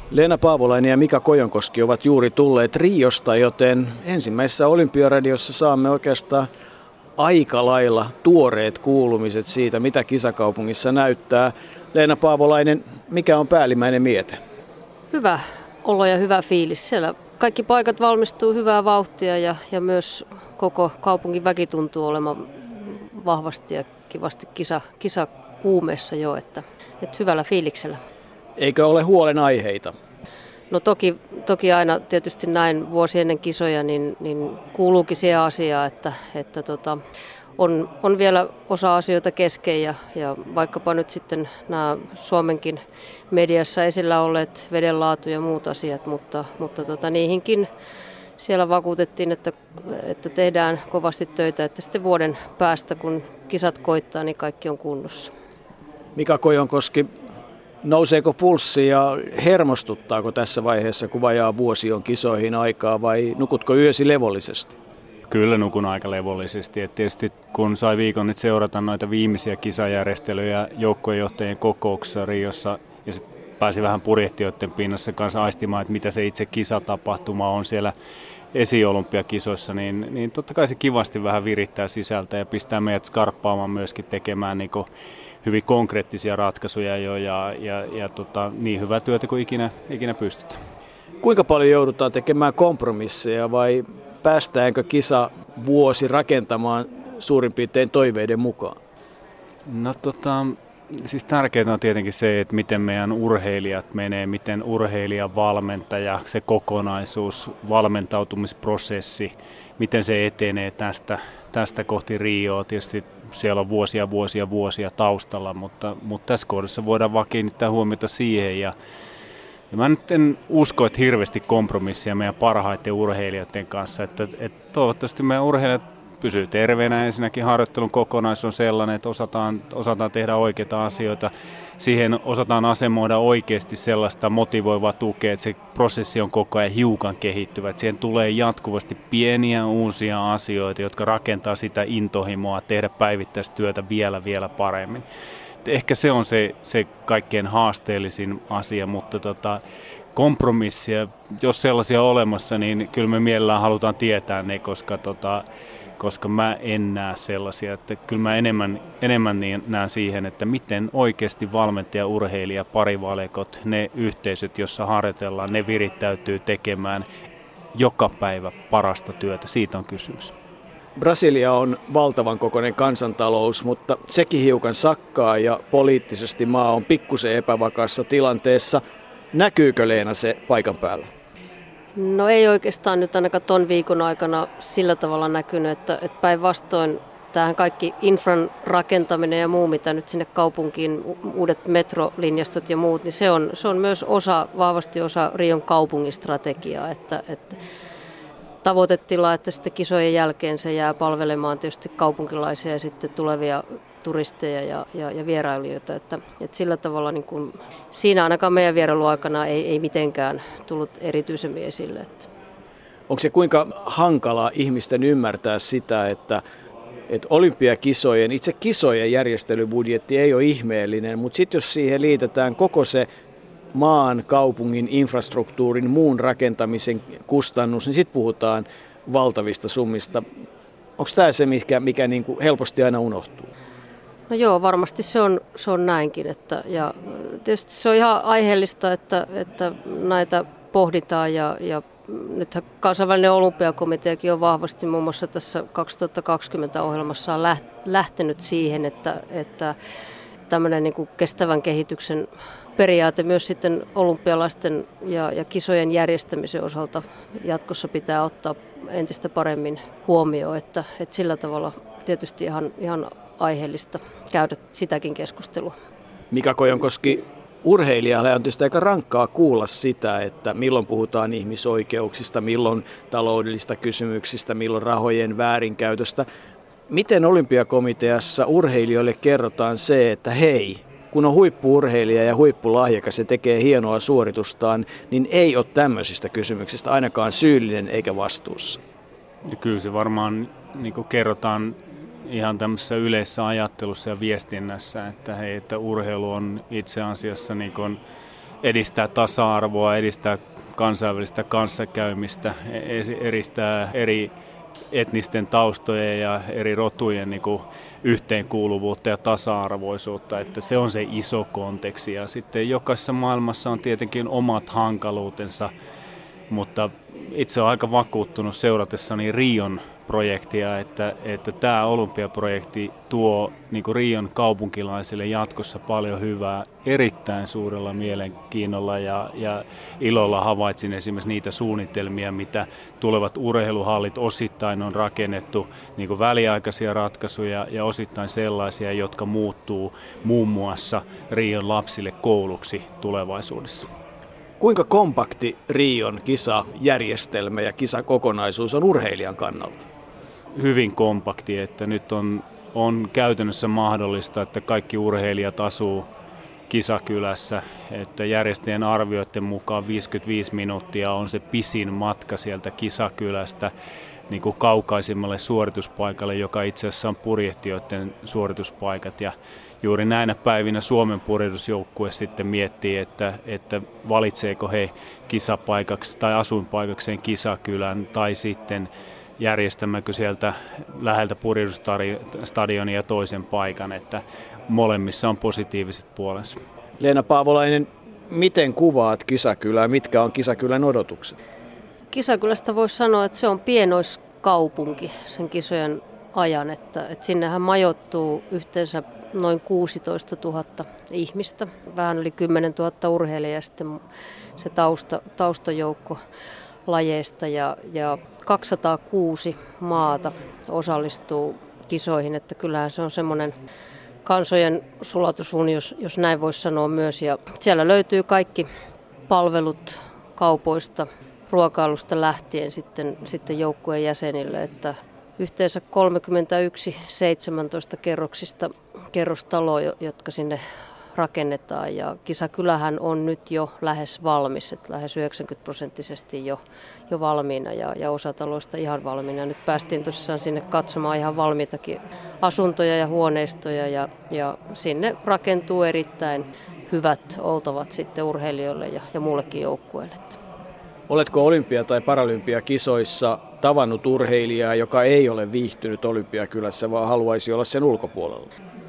Leena Paavolainen ja Mika Kojonkoski ovat juuri tulleet Riosta, joten ensimmäisessä Olympiaradiossa saamme oikeastaan aika lailla tuoreet kuulumiset siitä, mitä kisakaupungissa näyttää. Leena Paavolainen, mikä on päällimmäinen miete? Hyvä olo ja hyvä fiilis. Siellä kaikki paikat valmistuu hyvää vauhtia ja myös koko kaupungin väki tuntuu olemaan vahvasti ja kivasti kisakuumeessa jo, että hyvällä fiiliksellä. Eikö ole huolenaiheita? No toki aina tietysti näin vuosi ennen kisoja, niin kuuluukin siihen asiaan, että on vielä osa asioita kesken ja vaikkapa nyt sitten nämä Suomenkin mediassa esillä olleet vedenlaatu ja muut asiat, mutta niihinkin siellä vakuutettiin, että tehdään kovasti töitä, että sitten vuoden päästä kun kisat koittaa, niin kaikki on kunnossa. Mika Kojonkoski, nouseeko pulssi ja hermostuttaako tässä vaiheessa, kun vajaa vuosi on kisoihin aikaa, vai nukutko yösi levollisesti? Kyllä nukun aika levollisesti. Et tietysti kun sai viikon nyt seurata noita viimeisiä kisajärjestelyjä joukkuejohtajien kokouksessa Riossa ja sitten pääsi vähän purjehtijoiden pinnassa kanssa aistimaan, että mitä se itse kisatapahtuma on siellä esi-olympiakisoissa, niin totta kai se kivasti vähän virittää sisältä ja pistää meidät skarppaamaan myöskin tekemään hyvin konkreettisia ratkaisuja ja niin hyvää työtä kuin ikinä pystytään. Kuinka paljon joudutaan tekemään kompromisseja vai päästäänkö kisa vuosi rakentamaan suurin piirtein toiveiden mukaan? No siis tärkeintä on tietenkin se, että miten meidän urheilijat menee, miten urheilijavalmentaja, se kokonaisuus, valmentautumisprosessi, miten se etenee tästä kohti Rioa. Tietysti siellä on vuosia taustalla, mutta tässä kohdassa voidaan vaan kiinnittää huomiota siihen. Ja mä nyt en usko, että hirveästi kompromissia meidän parhaiten urheilijoiden kanssa. Että toivottavasti meidän urheilijat pysyy terveenä. Ensinnäkin harjoittelun kokonaisuus on sellainen, että osataan tehdä oikeita asioita. Siihen osataan asemoida oikeasti sellaista motivoivaa tukea, että se prosessi on koko ajan hiukan kehittyvä. Että siihen tulee jatkuvasti pieniä uusia asioita, jotka rakentaa sitä intohimoa tehdä päivittäistyötä vielä paremmin. Ehkä se on se kaikkein haasteellisin asia, mutta kompromissia, jos sellaisia on olemassa, niin kyllä me mielellään halutaan tietää ne, koska mä en näe sellaisia. Että kyllä mä enemmän näen siihen, että miten oikeasti valmentaja, urheilija, parivalekot, ne yhteisöt, joissa harjoitellaan, ne virittäytyy tekemään joka päivä parasta työtä. Siitä on kysymys. Brasilia on valtavan kokoinen kansantalous, mutta sekin hiukan sakkaa ja poliittisesti maa on pikkusen epävakaassa tilanteessa. Näkyykö Leena se paikan päällä? No ei oikeastaan nyt ainakaan ton viikon aikana sillä tavalla näkynyt, että päinvastoin tämähän kaikki infran rakentaminen ja muu, mitä nyt sinne kaupunkiin, uudet metrolinjastot ja muut, niin se on myös vahvasti osa Rion kaupungin strategiaa, että tavoitetila, että sitten kisojen jälkeen se jää palvelemaan tietysti kaupunkilaisia ja sitten tulevia turisteja ja vierailijoita. Että sillä tavalla niin kuin, siinä ainakaan meidän vierailuaikana ei mitenkään tullut erityisemmin esille. Että. Onko se kuinka hankalaa ihmisten ymmärtää sitä, että olympiakisojen, itse kisojen järjestelybudjetti ei ole ihmeellinen, mutta sitten jos siihen liitetään koko se maan, kaupungin, infrastruktuurin, muun rakentamisen kustannus, niin sitten puhutaan valtavista summista. Onko tämä se, mikä niin kuin helposti aina unohtuu? No joo, varmasti se on näinkin. Ja tietysti se on ihan aiheellista, että näitä pohditaan ja nythän kansainvälinen olympiakomiteakin on vahvasti muun muassa tässä 2020 ohjelmassa lähtenyt siihen, että tämmöinen niin kuin kestävän kehityksen periaate myös sitten olympialaisten ja kisojen järjestämisen osalta jatkossa pitää ottaa entistä paremmin huomioon, että sillä tavalla tietysti ihan aiheellista käydä sitäkin keskustelua. Mika Kojonkoski, urheilijalle on tietysti aika rankkaa kuulla sitä, että milloin puhutaan ihmisoikeuksista, milloin taloudellista kysymyksistä, milloin rahojen väärinkäytöstä. Miten olympiakomiteassa urheilijoille kerrotaan se, että hei, kun on huippu-urheilija ja huippulahjakas ja tekee hienoa suoritustaan, niin ei ole tämmöisistä kysymyksistä ainakaan syyllinen eikä vastuussa? Ja kyllä se varmaan niin kuin kerrotaan ihan tämmöisessä yleisessä ajattelussa ja viestinnässä, että urheilu on itse asiassa niin kuin edistää tasa-arvoa, edistää kansainvälistä kanssakäymistä, edistää eri etnisten taustojen ja eri rotujen niin kuin yhteenkuuluvuutta ja tasa-arvoisuutta, että se on se iso konteksti. Ja sitten jokaisessa maailmassa on tietenkin omat hankaluutensa, mutta itse olen aika vakuuttunut seuratessani Rion projektia, että tämä olympiaprojekti tuo niin kuin Rion kaupunkilaisille jatkossa paljon hyvää. Erittäin suurella mielenkiinnolla ja ilolla havaitsin esimerkiksi niitä suunnitelmia, mitä tulevat urheiluhallit osittain on rakennettu, niin kuin väliaikaisia ratkaisuja ja osittain sellaisia, jotka muuttuu muun muassa Rion lapsille kouluksi tulevaisuudessa. Kuinka kompakti Rion kisajärjestelmä ja kisakokonaisuus on urheilijan kannalta? Hyvin kompakti, että nyt on käytännössä mahdollista, että kaikki urheilijat asuu kisakylässä, että järjestäjän arvioiden mukaan 55 minuuttia on se pisin matka sieltä kisakylästä niin kuin kaukaisimmalle suorituspaikalle, joka itse asiassa on purjehtijoiden suorituspaikat. Ja juuri näinä päivinä Suomen purjehdusjoukkue sitten miettii, että valitseeko he kisapaikaksi tai asuinpaikakseen kisakylän tai sitten järjestämmekö sieltä läheltä purjehdusstadionia toisen paikan, että molemmissa on positiiviset puolensa. Leena Paavolainen, miten kuvaat kisakylää? Mitkä on kisakylän odotukset? Kisakylästä voisi sanoa, että se on pienoiskaupunki sen kisojen ajan, että sinnehän majoittuu yhteensä noin 16 000 ihmistä, vähän yli 10 000 urheilijaa ja sitten se taustajoukko lajeista ja 206 maata osallistuu kisoihin, että kyllähän se on semmoinen kansojen sulatusuuni, jos näin voisi sanoa myös. Ja siellä löytyy kaikki palvelut kaupoista, ruokailusta lähtien sitten joukkueen jäsenille, että yhteensä 31 17 kerrostaloa, jotka sinne rakennetaan ja kisakylähän on nyt jo lähes valmis, että lähes 90% jo valmiina ja osa taloista ihan valmiina. Nyt päästiin tosissaan sinne katsomaan ihan valmiitakin asuntoja ja huoneistoja ja sinne rakentuu erittäin hyvät oltavat sitten urheilijoille ja muullekin joukkueelle. Oletko olympia- tai paralympiakisoissa tavannut urheilijaa, joka ei ole viihtynyt olympiakylässä, vaan haluaisi olla sen ulkopuolella?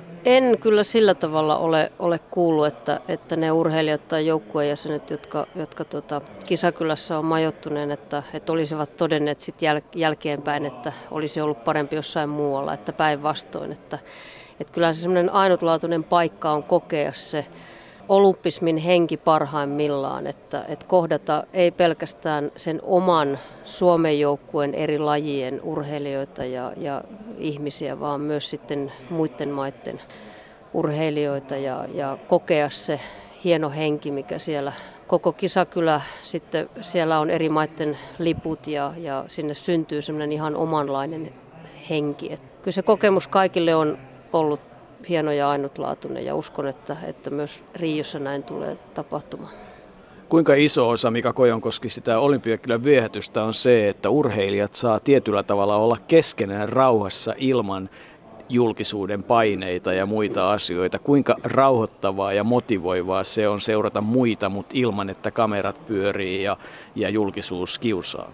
En kyllä sillä tavalla ole kuullut, että ne urheilijat tai joukkuejäsenet, jotka kisakylässä on majoittuneen, että olisivat todenneet sitten jälkeenpäin, että olisi ollut parempi jossain muualla, että päinvastoin. Että kyllä se semmoinen ainutlaatuinen paikka on kokea se olympismin henki parhaimmillaan, että kohdata ei pelkästään sen oman Suomen joukkueen eri lajien urheilijoita ja ihmisiä, vaan myös sitten muiden maiden urheilijoita ja kokea se hieno henki, mikä siellä koko kisakylä, sitten siellä on eri maiden liput ja sinne syntyy semmoinen ihan omanlainen henki. Että kyllä se kokemus kaikille on ollut hieno ja ainutlaatuinen ja uskon, että myös Riossa näin tulee tapahtumaan. Kuinka iso osa, Mika Kojonkoski, sitä olympiakylän viehätystä on se, että urheilijat saa tietyllä tavalla olla keskenään rauhassa ilman julkisuuden paineita ja muita asioita? Kuinka rauhoittavaa ja motivoivaa se on seurata muita, mutta ilman, että kamerat pyörii ja julkisuus kiusaa?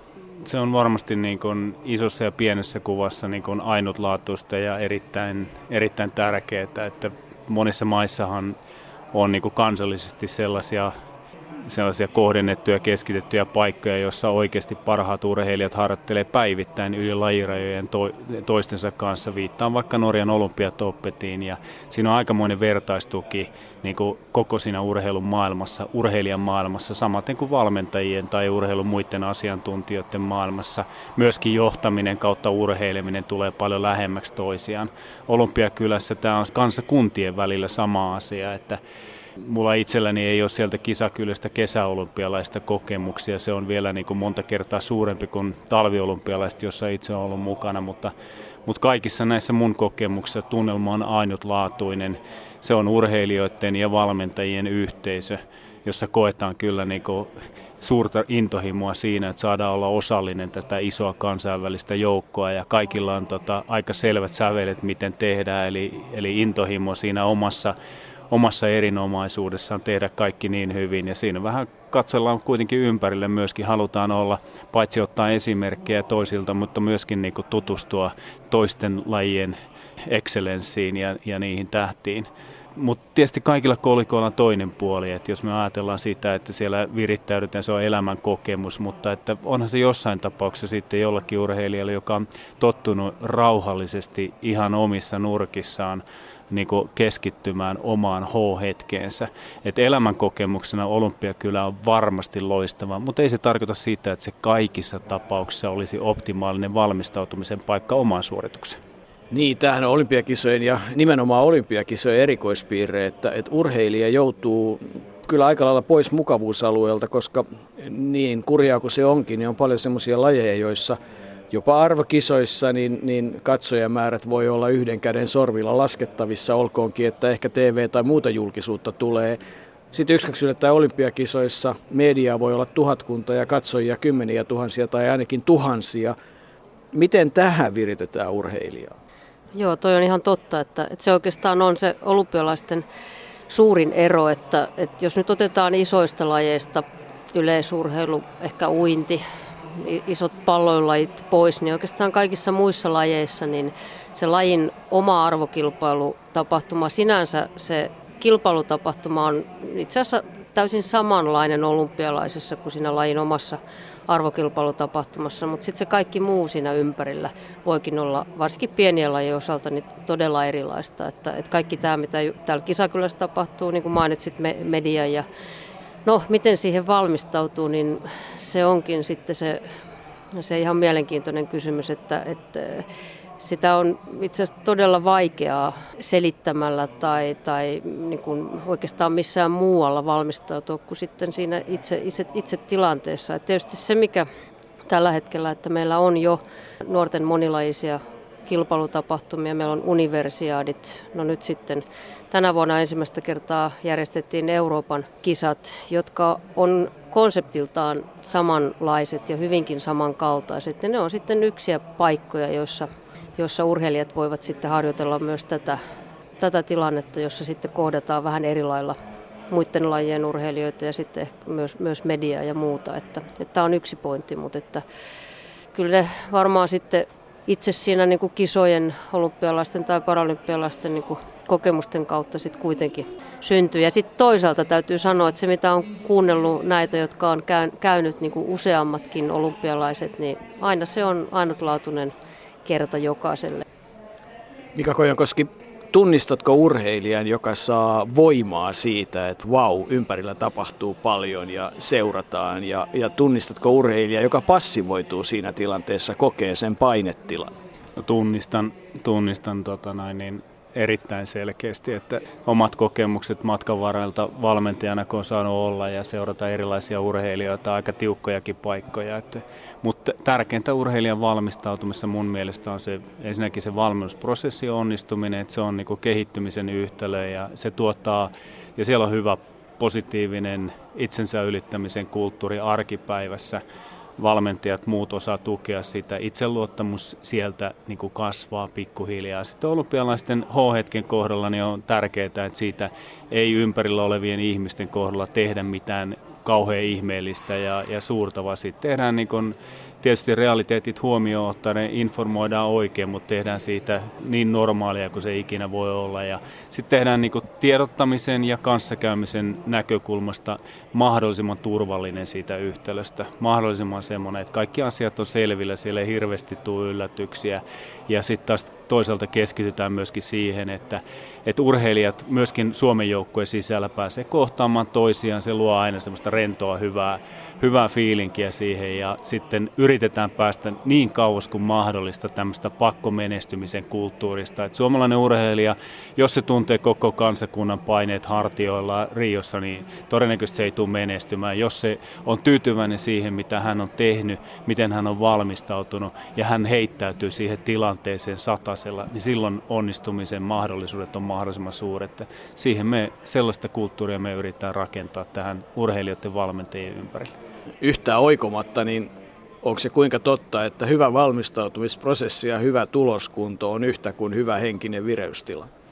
Se on varmasti niin kuin isossa ja pienessä kuvassa niin kuin ainutlaatuista ja erittäin tärkeää, että monissa maissahan on niin kuin kansallisesti sellaisia kohdennettuja, keskitettyjä paikkoja, joissa oikeasti parhaat urheilijat harjoittelee päivittäin yli lajirajojen toistensa kanssa. Viittaan vaikka Norjan Olympiatoppetiin ja siinä on aikamoinen vertaistuki niin kuin koko siinä urheilun maailmassa, urheilijan maailmassa, samaten kuin valmentajien tai urheilun muiden asiantuntijoiden maailmassa. Myöskin johtaminen kautta urheileminen tulee paljon lähemmäksi toisiaan. Olympiakylässä tämä on kansakuntien välillä sama asia, että mulla itselläni ei ole sieltä kisakylästä kesäolympialaista kokemuksia. Se on vielä niin kuin monta kertaa suurempi kuin talviolympialaiset, jossa itse olen ollut mukana, mutta kaikissa näissä mun kokemuksissa tunnelma on ainutlaatuinen. Se on urheilijoiden ja valmentajien yhteisö, jossa koetaan kyllä niin kuin suurta intohimoa siinä, että saadaan olla osallinen tätä isoa kansainvälistä joukkoa ja kaikilla on aika selvät sävelet, miten tehdään, eli intohimo siinä omassa erinomaisuudessaan tehdä kaikki niin hyvin. Ja siinä vähän katsellaan kuitenkin ympärille myöskin, halutaan olla, paitsi ottaa esimerkkejä toisilta, mutta myöskin niin kuin tutustua toisten lajien excellenssiin ja niihin tähtiin. Mutta tietysti kaikilla kolikoilla on toinen puoli, että jos me ajatellaan sitä, että siellä virittäydytään, se on elämän kokemus, mutta että onhan se jossain tapauksessa sitten jollakin urheilijalle, joka on tottunut rauhallisesti ihan omissa nurkissaan niin kuin keskittymään omaan H-hetkeensä. Että elämän kokemuksena olympiakylä on varmasti loistava, mutta ei se tarkoita sitä, että se kaikissa tapauksissa olisi optimaalinen valmistautumisen paikka omaan suoritukseen. Niin, tämähän on olympiakisojen ja nimenomaan olympiakisojen erikoispiirre, että urheilija joutuu kyllä aika lailla pois mukavuusalueelta, koska niin kurjaa kuin se onkin, niin on paljon semmoisia lajeja, joissa jopa arvokisoissa niin katsojamäärät voi olla yhden käden sorvilla laskettavissa, olkoonkin, että ehkä TV tai muuta julkisuutta tulee. Sitten yksi yllättäen olympiakisoissa media voi olla 1000 ja katsojia 10 000 tai ainakin tuhansia. Miten tähän viritetään urheilijaa? Joo, toi on ihan totta, että se oikeastaan on se olympialaisten suurin ero, että jos nyt otetaan isoista lajeista yleisurheilu, ehkä uinti, isot palloilajit pois, niin oikeastaan kaikissa muissa lajeissa niin se lajin oma arvokilpailutapahtuma sinänsä, se kilpailutapahtuma on itse asiassa täysin samanlainen olympialaisessa kuin siinä lajin omassa arvokilpailutapahtumassa, mutta sitten se kaikki muu siinä ympärillä voikin olla, varsinkin pienien lajien osalta, niin todella erilaista. Että kaikki tämä, mitä täällä kisakylässä tapahtuu, niin kuin mainitsit, media ja no, miten siihen valmistautuu, niin se onkin sitten se ihan mielenkiintoinen kysymys, että sitä on itse asiassa todella vaikeaa selittämällä tai niin kuin oikeastaan missään muualla valmistautua kuin sitten siinä itse tilanteessa. Et tietysti se, mikä tällä hetkellä, että meillä on jo nuorten monilajisia kilpailutapahtumia, meillä on universiaadit, no nyt sitten tänä vuonna ensimmäistä kertaa järjestettiin Euroopan kisat, jotka on konseptiltaan samanlaiset ja hyvinkin samankaltaiset. Ja ne on sitten yksiä paikkoja, joissa urheilijat voivat sitten harjoitella myös tätä tilannetta, jossa sitten kohdataan vähän eri lailla muiden lajien urheilijoita ja sitten myös mediaa ja muuta. Että tämä on yksi pointti, mutta että kyllä ne varmaan sitten itse siinä niin kuin kisojen, olympialaisten tai paralympialaisten niin kuin kokemusten kautta sitten kuitenkin syntyy. Ja sitten toisaalta täytyy sanoa, että se mitä on kuunnellut näitä, jotka on käynyt niin kuin useammatkin olympialaiset, niin aina se on ainutlaatuinen kerta jokaiselle. Mika Kojankoski, tunnistatko urheilijan, joka saa voimaa siitä, että vau, ympärillä tapahtuu paljon ja seurataan, ja tunnistatko urheilija, joka passivoituu siinä tilanteessa, kokee sen painetilan? No, tunnistan erittäin selkeästi, että omat kokemukset matkan varrelta valmentajana, kun on saanut olla ja seurata erilaisia urheilijoita, aika tiukkojakin paikkoja. Mutta tärkeintä urheilijan valmistautumissa mun mielestä on se, ensinnäkin se valmennusprosessin onnistuminen, että se on niin kuin kehittymisen yhtälö ja se tuottaa, ja siellä on hyvä positiivinen itsensä ylittämisen kulttuuri arkipäivässä. Valmentajat muut osaa tukea sitä. Itseluottamus sieltä niin kuin kasvaa pikkuhiljaa. Sitten olympialaisten H-hetken kohdalla niin on tärkeää, että siitä ei ympärillä olevien ihmisten kohdalla tehdä mitään kauhean ihmeellistä ja suurta, vaan siitä tehdään niin kuin, tietysti realiteetit huomioon ottaen, informoidaan oikein, mutta tehdään siitä niin normaalia kuin se ikinä voi olla. Ja sitten tehdään niin kuin tiedottamisen ja kanssakäymisen näkökulmasta mahdollisimman turvallinen siitä yhtälöstä. Mahdollisimman semmoinen, että kaikki asiat on selvillä, siellä ei hirveästi tule yllätyksiä. Ja sitten taas toisaalta keskitytään myöskin siihen, että urheilijat myöskin Suomen joukkueen sisällä pääsee kohtaamaan toisiaan. Se luo aina semmoista rentoa, hyvää fiilinkiä siihen ja sitten yritetään päästä niin kauas kuin mahdollista tämmöistä pakkomenestymisen kulttuurista. Et suomalainen urheilija, jos se tuntee koko kansakunnan paineet hartioilla Riossa, niin todennäköisesti se ei tule menestymään. Jos se on tyytyväinen siihen, mitä hän on tehnyt, miten hän on valmistautunut ja hän heittäytyy siihen tilanteeseen satasella, niin silloin onnistumisen mahdollisuudet on mahdollisimman suuret. Siihen sellaista kulttuuria me yritetään rakentaa tähän urheilijoiden valmentajien ympärille. Yhtään oikomatta, niin onko se kuinka totta, että hyvä valmistautumisprosessi ja hyvä tuloskunto on yhtä kuin hyvä henkinen vireystila?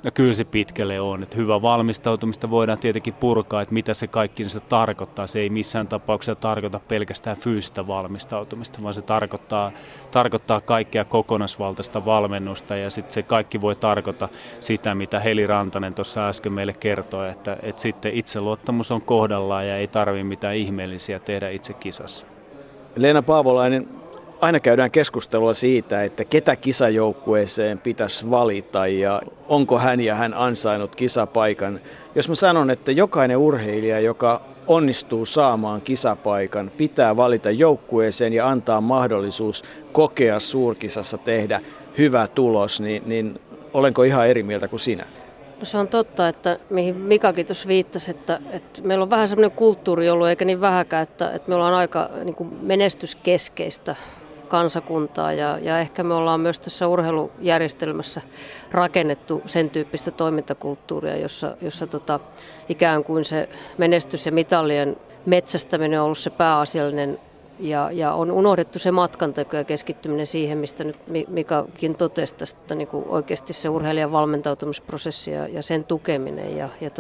Ja kyllä se pitkälle on. Että hyvä valmistautumista voidaan tietenkin purkaa, että mitä se kaikki se tarkoittaa. Se ei missään tapauksessa tarkoita pelkästään fyysistä valmistautumista, vaan se tarkoittaa kaikkea kokonaisvaltaista valmennusta. Ja sitten se kaikki voi tarkoittaa sitä, mitä Heli Rantanen tuossa äsken meille kertoi, että sitten itseluottamus on kohdallaan ja ei tarvitse mitään ihmeellisiä tehdä itse kisassa. Leena Paavolainen, aina käydään keskustelua siitä, että ketä kisajoukkueeseen pitäisi valita ja onko hän ansainnut kisapaikan. Jos mä sanon, että jokainen urheilija, joka onnistuu saamaan kisapaikan, pitää valita joukkueeseen ja antaa mahdollisuus kokea suurkisassa tehdä hyvä tulos, niin olenko ihan eri mieltä kuin sinä? Se on totta, että mihin Mikakin tuossa viittasi, että meillä on vähän semmoinen kulttuuri ollut, eikä niin vähäkään, että me ollaan aika niin kuin menestyskeskeistä kansakuntaa ja ehkä me ollaan myös tässä urheilujärjestelmässä rakennettu sen tyyppistä toimintakulttuuria, jossa ikään kuin se menestys ja mitalien metsästäminen on ollut se pääasiallinen ja on unohdettu se matkanteko ja keskittyminen siihen, mistä nyt Mikakin totesi tästä niin kuin oikeasti se urheilijan valmentautumisprosessi ja sen tukeminen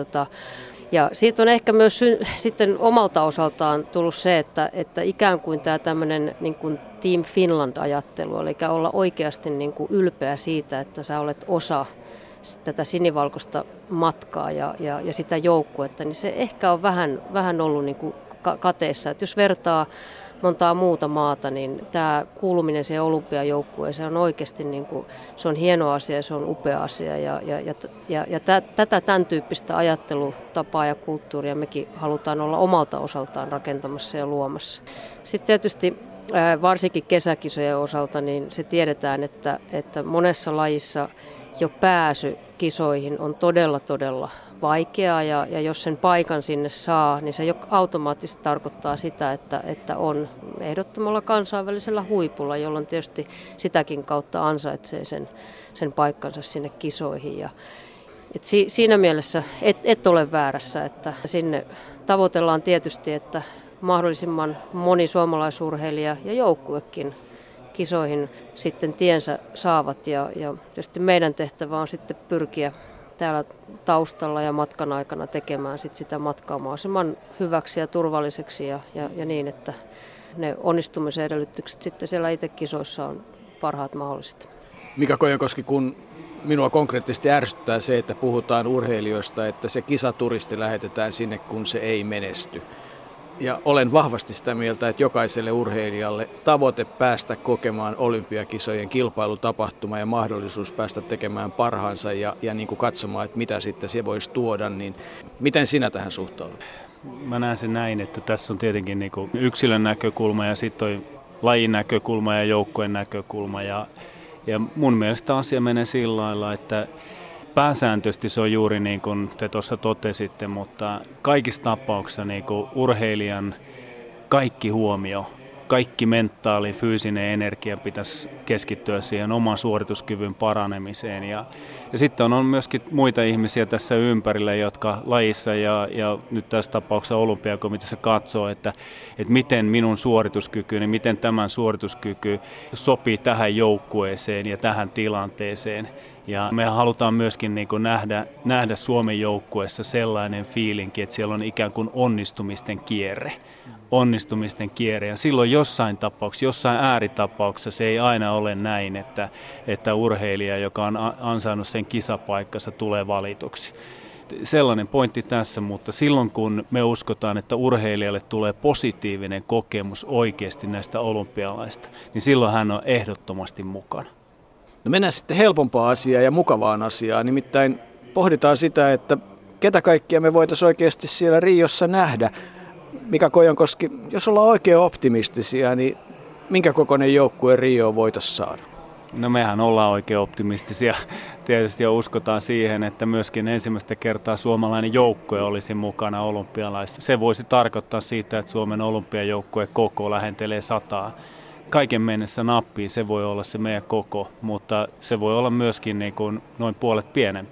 ja siitä on ehkä myös sitten omalta osaltaan tullut se, että ikään kuin tämä tämmöinen niin kuin Team Finland-ajattelu, eli olla oikeasti niin kuin ylpeä siitä, että sä olet osa tätä sinivalkoista matkaa ja sitä joukkuetta, niin se ehkä on vähän ollut niin kuin kateessa. Että jos vertaa montaa muuta maata, niin tämä kuuluminen siihen olympiajoukkueeseen on oikeasti niin kuin, se on hieno asia ja se on upea asia ja tätä tämän tyyppistä ajattelutapaa ja kulttuuria mekin halutaan olla omalta osaltaan rakentamassa ja luomassa. Sitten tietysti varsinkin kesäkisojen osalta niin se tiedetään, että monessa lajissa jo pääsy kisoihin on todella vaikeaa ja jos sen paikan sinne saa, niin se jo automaattisesti tarkoittaa sitä, että on ehdottomalla kansainvälisellä huipulla, jolloin tietysti sitäkin kautta ansaitsee sen paikkansa sinne kisoihin. Siinä mielessä et ole väärässä, että sinne tavoitellaan tietysti, että mahdollisimman moni suomalaisurheilija ja joukkuekin kisoihin sitten tiensä saavat ja tietysti meidän tehtävä on sitten pyrkiä täällä taustalla ja matkan aikana tekemään sitä matkaa mahdollisimman hyväksi ja turvalliseksi ja niin, että ne onnistumisen edellytykset sitten siellä itse kisoissa on parhaat mahdolliset. Mika Kojankoski, kun minua konkreettisesti ärsyttää se, että puhutaan urheilijoista, että se kisaturisti lähetetään sinne, kun se ei menesty. Ja olen vahvasti sitä mieltä, että jokaiselle urheilijalle tavoite päästä kokemaan olympiakisojen kilpailutapahtuma ja mahdollisuus päästä tekemään parhaansa ja niin kuin katsomaan, että mitä sitten se voisi tuoda, niin miten sinä tähän suhtaudut? Mä näen sen näin, että tässä on tietenkin niin kuin yksilön näkökulma ja sitten on lajin näkökulma ja joukkojen näkökulma ja mun mielestä asia menee sillä lailla, että pääsääntöisesti se on juuri niin kuin te tuossa totesitte, mutta kaikissa tapauksissa niin kuin urheilijan kaikki huomio, kaikki mentaali, fyysinen energia pitäisi keskittyä siihen oman suorituskyvyn paranemiseen. Ja sitten on myöskin muita ihmisiä tässä ympärillä, jotka lajissa ja nyt tässä tapauksessa olympiakomiteassa katsoo, että miten minun suorituskykyni, miten tämän suorituskyky sopii tähän joukkueeseen ja tähän tilanteeseen. Ja me halutaan myöskin niin kuin nähdä Suomen joukkueessa sellainen fiilinki, että siellä on ikään kuin onnistumisten kierre. Ja silloin jossain ääritapauksessa se ei aina ole näin, että urheilija, joka on ansainnut sen kisapaikkansa, tulee valituksi. Sellainen pointti tässä, mutta silloin kun me uskotaan, että urheilijalle tulee positiivinen kokemus oikeasti näistä olympialaista, niin silloin hän on ehdottomasti mukana. No mennään sitten helpompaan asiaan ja mukavaan asiaan, nimittäin pohditaan sitä, että ketä kaikkia me voitaisiin oikeasti siellä Riossa nähdä. Mika Kojankoski, jos ollaan oikein optimistisia, niin minkä kokoinen joukkue Rioon voitaisiin saada? No mehän ollaan oikein optimistisia tietysti ja uskotaan siihen, että myöskin ensimmäistä kertaa suomalainen joukkue olisi mukana olympialaissa. Se voisi tarkoittaa siitä, että Suomen olympiajoukkue koko lähentelee 100. Kaiken mennessä nappiin se voi olla se meidän koko, mutta se voi olla myöskin niin kuin noin puolet pienempi.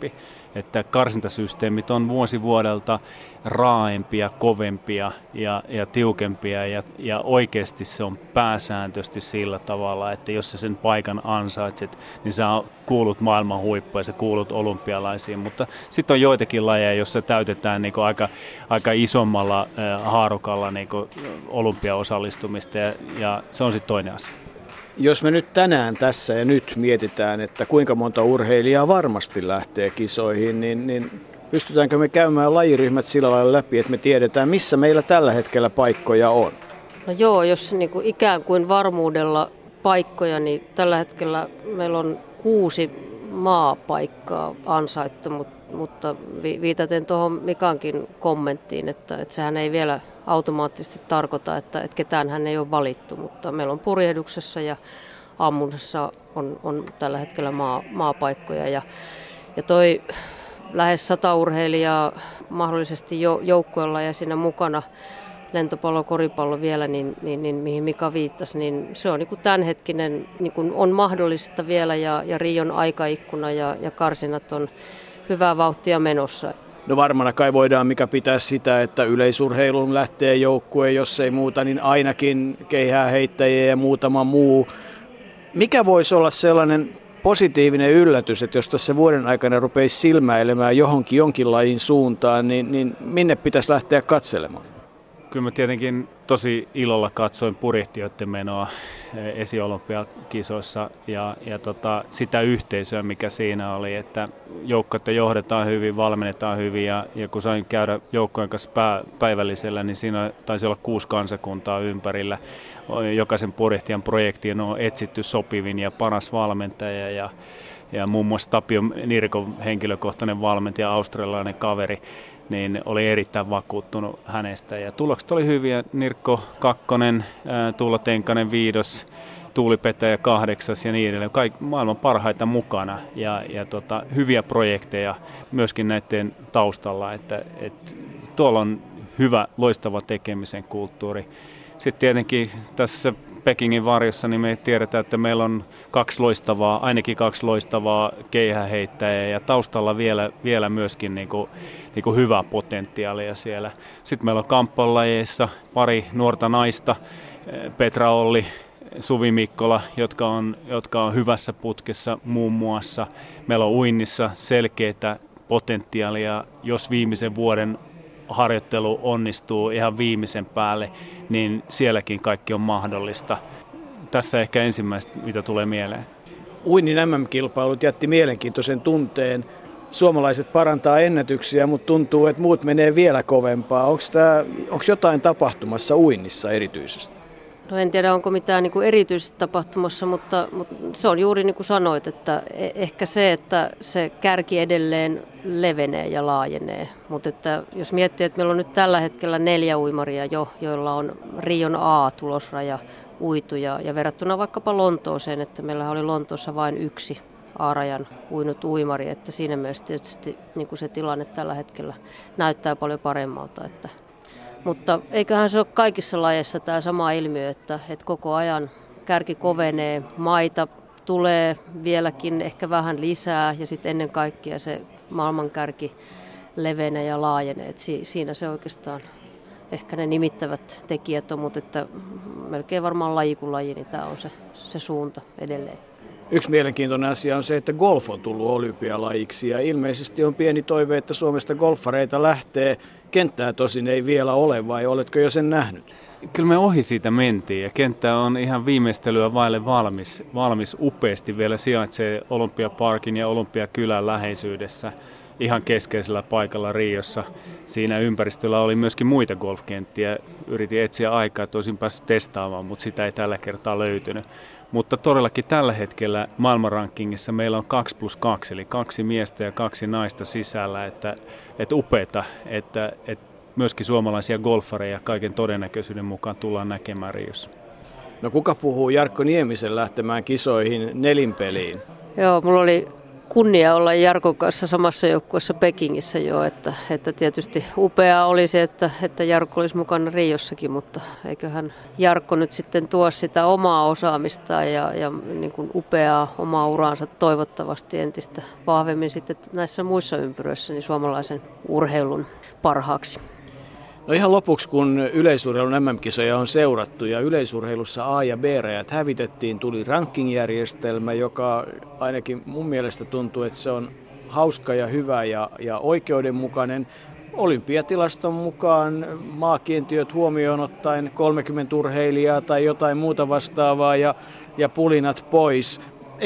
että karsintasysteemit on vuosi vuodelta raaempia, kovempia ja tiukempia ja oikeasti se on pääsääntöisesti sillä tavalla, että jos sä sen paikan ansaitset, niin sä kuulut maailman huippuun ja sä kuulut olympialaisiin, mutta sitten on joitakin lajeja, joissa täytetään niin aika isommalla haarukalla niin olympiaosallistumista ja se on sitten toinen asia. Jos me nyt tänään tässä ja nyt mietitään, että kuinka monta urheilijaa varmasti lähtee kisoihin, niin pystytäänkö me käymään lajiryhmät sillä lailla läpi, että me tiedetään, missä meillä tällä hetkellä paikkoja on? No joo, jos niin kuin ikään kuin varmuudella paikkoja, niin tällä hetkellä meillä on 6 maapaikkaa ansaittu, mutta viitaten tuohon Mikankin kommenttiin, että sehän ei vielä automaattisesti tarkoita, että ketään hän ei ole valittu, mutta meillä on purjehduksessa ja ammunnassa on tällä hetkellä maapaikkoja ja toi lähes 100 urheilijaa mahdollisesti joukkueella ja siinä mukana lentopallo, koripallo vielä, niin mihin Mika viittasi, niin se on niin kuin tämänhetkinen, niin kuin on mahdollista vielä ja Rion aikaikkuna ja karsinat on hyvää vauhtia menossa. No varmana kai voidaan mikä pitää sitä, että yleisurheiluun lähtee joukkue, jos ei muuta, niin ainakin keihääheittäjiä ja muutama muu. Mikä voisi olla sellainen positiivinen yllätys, että jos tässä vuoden aikana rupeisi silmäilemään jonkin lajin suuntaan, niin minne pitäisi lähteä katselemaan? Kyllä mä tietenkin tosi ilolla katsoin purjehtijoiden menoa esiolympiakisoissa ja sitä yhteisöä, mikä siinä oli, että joukkoita johdetaan hyvin, valmennetaan hyvin ja kun sain käydä joukkojen kanssa päivällisellä, niin siinä taisi olla 6 kansakuntaa ympärillä. Jokaisen purjehtijan projektiin on etsitty sopivin ja paras valmentaja ja muun muassa Tapio Nirkon henkilökohtainen valmentaja, australialainen kaveri, niin oli erittäin vakuuttunut hänestä. Ja tulokset oli hyviä. Nirkko 2, Tuula Tenkanen 5, Tuuli Petäjä 8 ja niin edelleen. Kaikki maailman parhaita mukana ja hyviä projekteja myöskin näiden taustalla. Että tuolla on hyvä, loistava tekemisen kulttuuri. Sitten tietenkin tässä Pekingin varjossa niin me tiedetään, että meillä on ainakin kaksi loistavaa keihäheittäjää ja taustalla vielä myöskin niin kuin hyvää potentiaalia siellä. Sitten meillä on kamppailulajeissa pari nuorta naista, Petra Olli, Suvi Mikkola, jotka on hyvässä putkessa muun muassa. Meillä on uinnissa selkeää potentiaalia, jos viimeisen vuoden harjoittelu onnistuu ihan viimeisen päälle, niin sielläkin kaikki on mahdollista. Tässä ehkä ensimmäistä, mitä tulee mieleen. Uinnin MM-kilpailut jätti mielenkiintoisen tunteen. Suomalaiset parantaa ennätyksiä, mutta tuntuu, että muut menee vielä kovempaa. Onko jotain tapahtumassa uinnissa erityisesti? No en tiedä, onko mitään niin kuin erityisesti tapahtumassa, mutta se on juuri niin kuin sanoit, että ehkä se, että se kärki edelleen levenee ja laajenee. Mutta että jos miettii, että meillä on nyt tällä hetkellä 4 uimaria jo, joilla on Rion A-tulosraja uitu ja verrattuna vaikkapa Lontooseen, että meillä oli Lontoossa vain 1 A-rajan uinut uimari, että siinä mielessä tietysti niin kuin se tilanne tällä hetkellä näyttää paljon paremmalta. Mutta eiköhän se ole kaikissa lajeissa tämä sama ilmiö, että koko ajan kärki kovenee, maita tulee vieläkin ehkä vähän lisää ja sitten ennen kaikkea se maailmankärki levenee ja laajenee. Siinä se oikeastaan ehkä ne nimittävät tekijät on, mutta että melkein varmaan laji kuin laji, niin tämä on se suunta edelleen. Yksi mielenkiintoinen asia on se, että golf on tullut olympialajiksi ja ilmeisesti on pieni toive, että Suomesta golfareita lähtee. Kenttää tosin ei vielä ole, vai oletko jo sen nähnyt? Kyllä me ohi siitä mentiin ja kenttä on ihan viimeistelyä vaille valmis upeasti vielä sijaitsee Olympiaparkin ja Olympiakylän läheisyydessä ihan keskeisellä paikalla Riossa. Siinä ympäristöllä oli myöskin muita golfkenttiä. Yritin etsiä aikaa, että olisin päässyt testaamaan, mutta sitä ei tällä kertaa löytynyt. Mutta todellakin tällä hetkellä maailmanrankingissa meillä on 2+2, eli 2 miestä ja 2 naista sisällä, että upeata, että myöskin suomalaisia golfareja kaiken todennäköisyyden mukaan tullaan näkemään Riossa. No kuka puhuu Jarkko Niemisen lähtemään kisoihin nelinpeliin? Joo, mulla oli kunnia olla Jarkon kanssa samassa joukkueessa Pekingissä jo, että tietysti upeaa oli se, että Jarkko olisi mukana Riossakin, mutta eiköhän Jarkko nyt sitten tuo sitä omaa osaamistaan ja niin kuin upeaa omaa uraansa toivottavasti entistä vahvemmin sitten näissä muissa ympyröissä niin suomalaisen urheilun parhaaksi. No ihan lopuksi, kun yleisurheilun MM-kisoja on seurattu ja yleisurheilussa A- ja B-rajat hävitettiin, tuli ranking-järjestelmä, joka ainakin mun mielestä tuntuu, että se on hauska ja hyvä ja oikeudenmukainen. Olympiatilaston mukaan maakiintiöt huomioon ottaen 30 urheilijaa tai jotain muuta vastaavaa ja pulinat pois.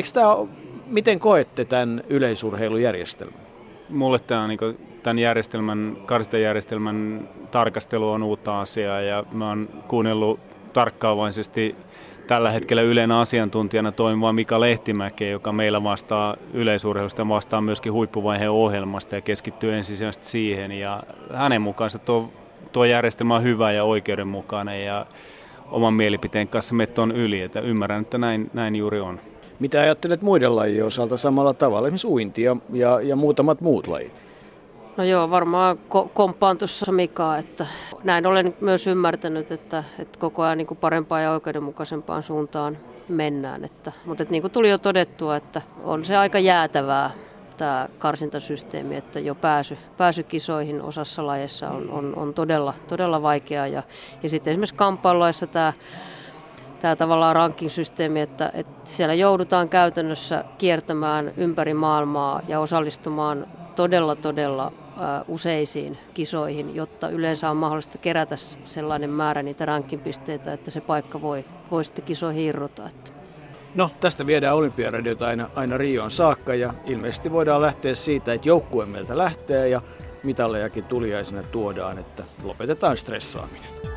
Miten koette tämän yleisurheilujärjestelmän? Mulle tämä on tämän karsintajärjestelmän tarkastelu on uutta asiaa ja mä oon kuunnellut tarkkaavaisesti tällä hetkellä Ylen asiantuntijana toimiva Mika Lehtimäkeä, joka meillä vastaa yleisurheilusta, vastaa myöskin huippuvaiheen ohjelmasta ja keskittyy ensisijaisesti siihen. Ja hänen mukaansa tuo järjestelmä on hyvä ja oikeudenmukainen ja oman mielipiteen kanssa me on yli, että ymmärrän, että näin juuri on. Mitä ajattelet muiden lajien osalta samalla tavalla, esimerkiksi uinti ja muutamat muut lajit? No joo, varmaan komppaan tuossa Mikaa, että näin olen myös ymmärtänyt, että koko ajan niin kuin parempaan ja oikeudenmukaisempaan suuntaan mennään. Mutta niin kuin tuli jo todettua, että on se aika jäätävää tämä karsintasysteemi, että jo pääsy kisoihin osassa lajeissa on todella vaikeaa. Ja sitten esimerkiksi kamppailulaissa tämä tavallaan ranking-systeemi, että siellä joudutaan käytännössä kiertämään ympäri maailmaa ja osallistumaan todella useisiin kisoihin, jotta yleensä on mahdollista kerätä sellainen määrä niitä ranking-pisteitä, että se paikka voi sitten kisoihin irrota. No, tästä viedään Olympiaradiota aina Rioon saakka ja ilmeisesti voidaan lähteä siitä, että joukkue meiltä lähtee ja mitallejakin tuliaisena tuodaan, että lopetetaan stressaaminen.